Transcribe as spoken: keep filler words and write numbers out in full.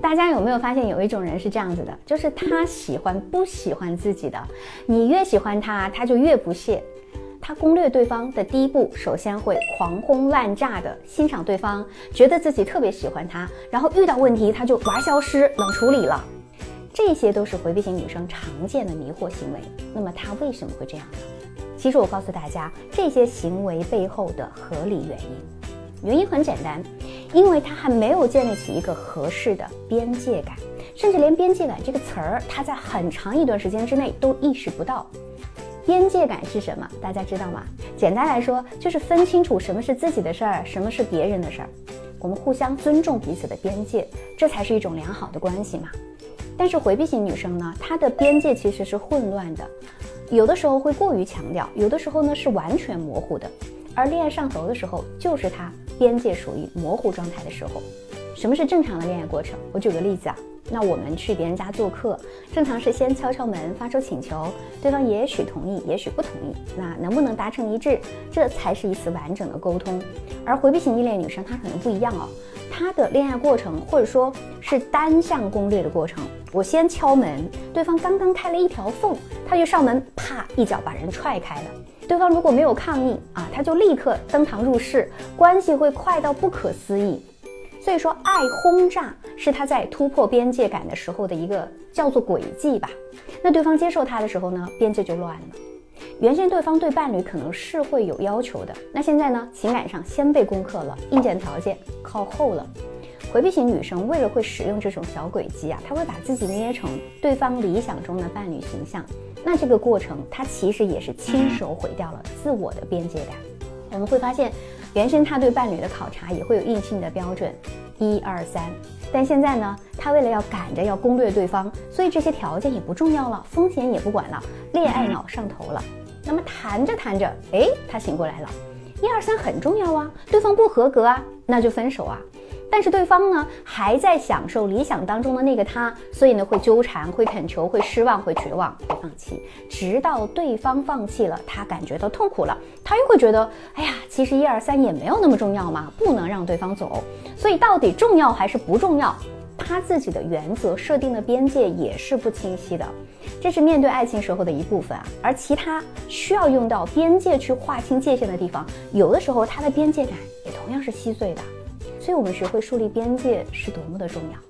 大家有没有发现有一种人是这样子的，就是他喜欢不喜欢自己的，你越喜欢他，他就越不屑。他攻略对方的第一步，首先会狂轰滥炸的欣赏对方，觉得自己特别喜欢他，然后遇到问题他就玩消失，冷处理了。这些都是回避型女生常见的迷惑行为。那么她为什么会这样呢？其实我告诉大家，这些行为背后的合理原因，原因很简单，因为她还没有建立起一个合适的边界感，甚至连边界感这个词儿，她在很长一段时间之内都意识不到。边界感是什么？大家知道吗？简单来说，就是分清楚什么是自己的事儿，什么是别人的事儿。我们互相尊重彼此的边界，这才是一种良好的关系嘛。但是回避型女生呢，她的边界其实是混乱的，有的时候会过于强调，有的时候呢是完全模糊的。而恋爱上头的时候，就是她边界属于模糊状态的时候。什么是正常的恋爱过程？我举个例子啊，那我们去别人家做客，正常是先敲敲门，发出请求，对方也许同意，也许不同意，那能不能达成一致，这才是一次完整的沟通。而回避型依恋女生她可能不一样哦，她的恋爱过程或者说是单向攻略的过程，我先敲门，对方刚刚开了一条缝，她就上门，啪一脚把人踹开了。对方如果没有抗议啊，他就立刻登堂入室，关系会快到不可思议。所以说爱轰炸是他在突破边界感的时候的一个叫做轨迹吧。那对方接受他的时候呢，边界就乱了。原先对方对伴侣可能是会有要求的，那现在呢，情感上先被攻克了，硬件条件靠后了。回避型女生为了会使用这种小轨迹啊，她会把自己捏成对方理想中的伴侣形象，那这个过程她其实也是亲手毁掉了自我的边界感。我们会发现原先他对伴侣的考察也会有硬性的标准，一二三，但现在呢，他为了要赶着要攻略对方，所以这些条件也不重要了，风险也不管了，恋爱脑上头了。那么谈着谈着，哎，他醒过来了，一二三很重要啊，对方不合格啊，那就分手啊。但是对方呢，还在享受理想当中的那个他，所以呢会纠缠，会恳求，会失望，会绝望，会放弃，直到对方放弃了，他感觉到痛苦了，他又会觉得，哎呀，其实一二三也没有那么重要嘛，不能让对方走。所以到底重要还是不重要，他自己的原则设定的边界也是不清晰的，这是面对爱情时候的一部分啊。而其他需要用到边界去划清界限的地方，有的时候他的边界感也同样是稀碎的。所以我们学会树立边界是多么的重要。